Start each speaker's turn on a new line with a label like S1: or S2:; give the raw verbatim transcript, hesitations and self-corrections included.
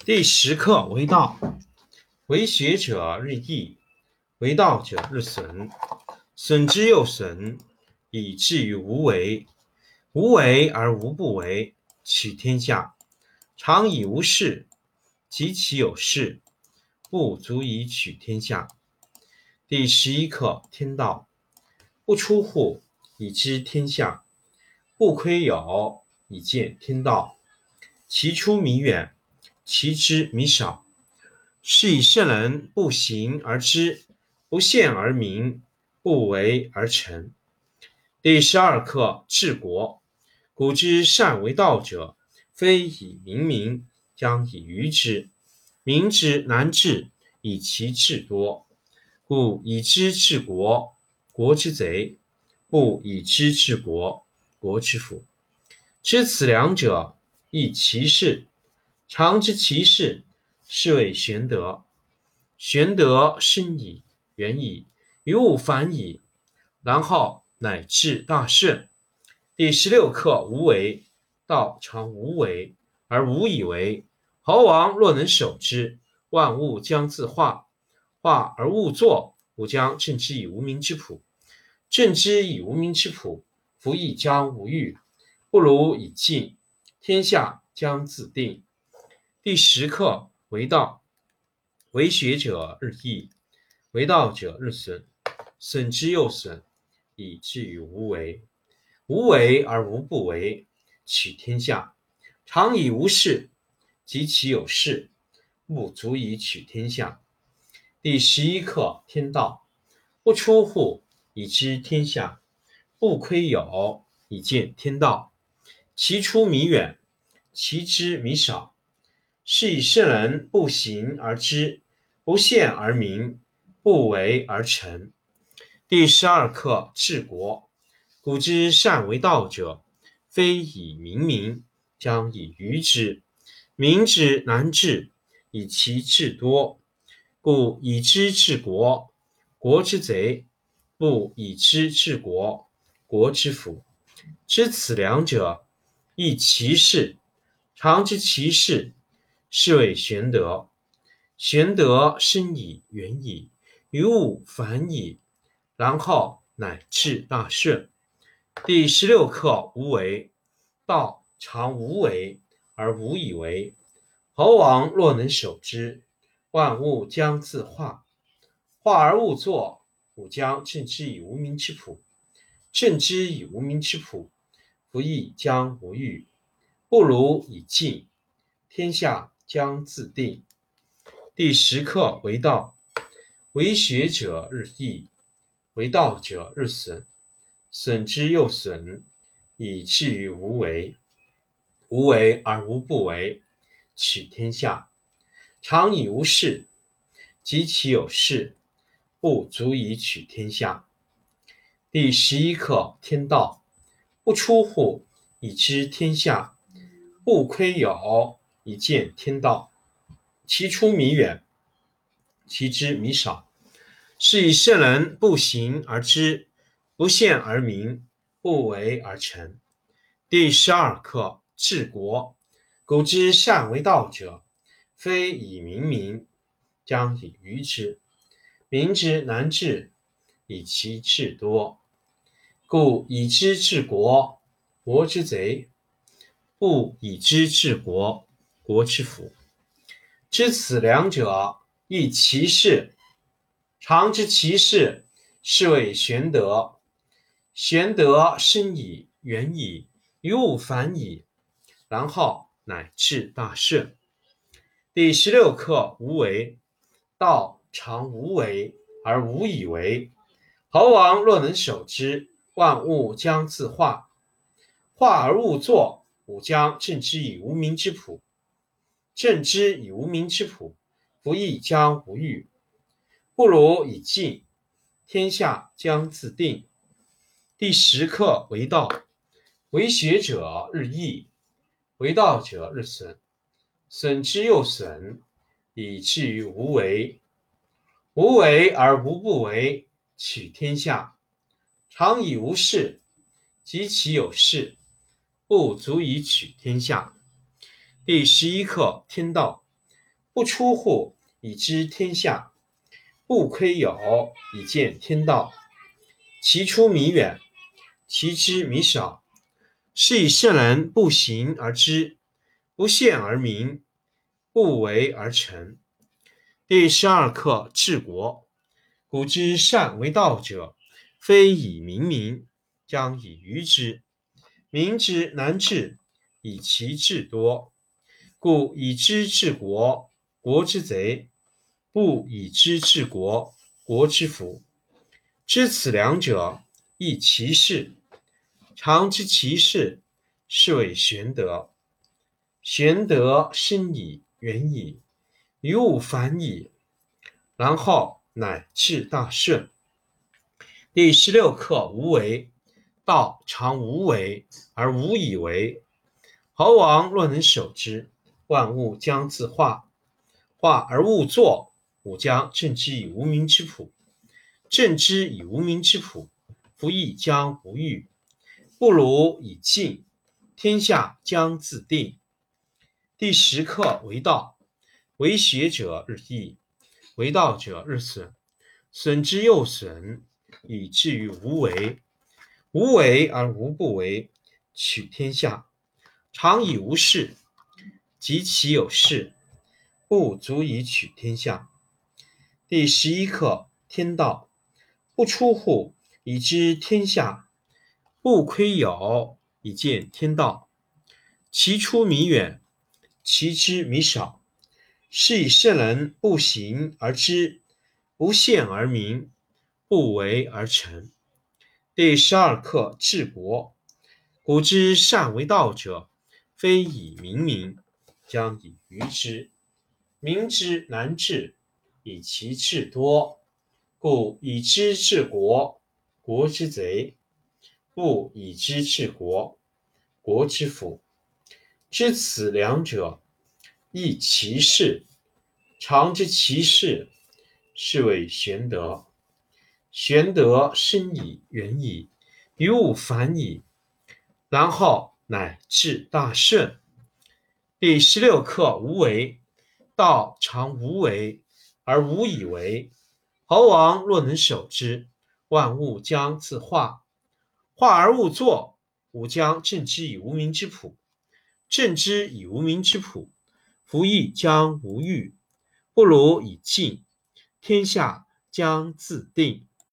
S1: 第十课为道，为学者日益，为道者日损，损之又损，以至于无为。无为而无不为，取天下常以无事，及其有事，不足以取天下。第十一课天道，不出户，以知天下；不窥有，以见天道。其出弥远，其知弥少。是以圣人不行而知，不见而明，不为而成。第十二课治国。古之善为道者，非以明民，将以愚之。民之难治，以其智多。故以知治国，国之贼；不以知治国，国之福。知此两者，亦其事。常知其事，是谓玄德。玄德深矣，远矣，于物反矣，然后乃至大顺。第十六课无为。道常无为，而无以为。侯王若能守之，万物将自化。化而勿作，吾将镇之以无名之朴。镇之以无名之朴，夫亦将无欲。不如以静，天下将自定。第十课为道，为学者日益，为道者日损，损之又损，以至于无为。无为而无不为，取天下常以无事，及其有事，不足以取天下。第十一课天道，不出户，以知天下；不窥有，以见天道。其出弥远，其知弥少。是以圣人不行而知，不见而明，不为而成。第十二课治国。古之善为道者，非以明民，将以愚之。民之难治，以其智多。故以知治国，国之贼；不以知治国，国之福。知此两者，亦其事。常知其事，是谓玄德。玄德深矣，远矣，于物反矣，然后乃至大顺。第十六课无为。道常无为，而无以为。侯王若能守之，万物将自化。化而勿作，吾将镇之以无名之朴。镇之以无名之朴，夫亦将无欲。不如以静，天下将自定。第十课为道，为学者日益，为道者日损，损之又损，以至于无为。无为而无不为，取天下常以无事，及其有事，不足以取天下。第十一课天道，不出户，以知天下；不窥有，以见天道。其出弥远，其知弥少。是以圣人不行而知，不见而明，不为而成。第十二课治国。古之善为道者，非以明民，将以愚之。民之难治，以其智多。故以知治国，国之贼；不以知治国，国之福。知此两者，亦其事。常知其事，是谓玄德。玄德深矣，远矣，于物反矣，然后乃至大顺。第十六课无为。道常无为，而无以为。侯王若能守之，万物将自化。化而勿作，吾将镇之以无名之朴。镇之以无名之朴，夫亦将无欲。不如以静，天下将自定。第十课为道，为学者日益，为道者日损，损之又损，以至于无为。无为而无不为，取天下常以无事，及其有事，不足以取天下。第十一课天道， 不出户，以知天下；不窥牖，以见天道。其出弥远，其知弥少。是以圣人不行而知，不见而明，不为而成。第十二课治国。古之善为道者，非以明民，将以愚之。民之难治，以其智多。故以知治国，国之贼；不以知治国，国之福。知此两者，亦其事。常知其事，是谓玄德。玄德深矣，远矣，于物反矣，然后乃至大顺。第十六课无为。道常无为而无以为。侯王若能守之，万物将自化。化而勿作，吾将镇之以无名之朴。镇之以无名之朴，夫亦将无欲。不如以静，天下将自定。第十课为道。为学者日益，为道者日损。损之又损，以至于无为。无为而无不为，取天下。常以无事，及其有事，不足以取天下。第十一课天道。不出户，以知天下；不窥牖，以见天道。其出弥远，其知弥少。是以圣人不行而知，不见而明，不为而成。第十二课治国。古之善为道者，非以明民，将以愚之。民之难治，以其智多。故以知治国，国之贼；不以知治国，国之福。知此两者，亦其事。常知其事，是谓玄德。玄德深矣，远矣，于物反矣，然后乃至大顺。第十六课无为。道常无为而无以为。侯王若能守之，万物将自化。化而勿作，吾将镇之以无名之朴。镇之以无名之朴，夫亦将无欲。不如以静，天下将自定。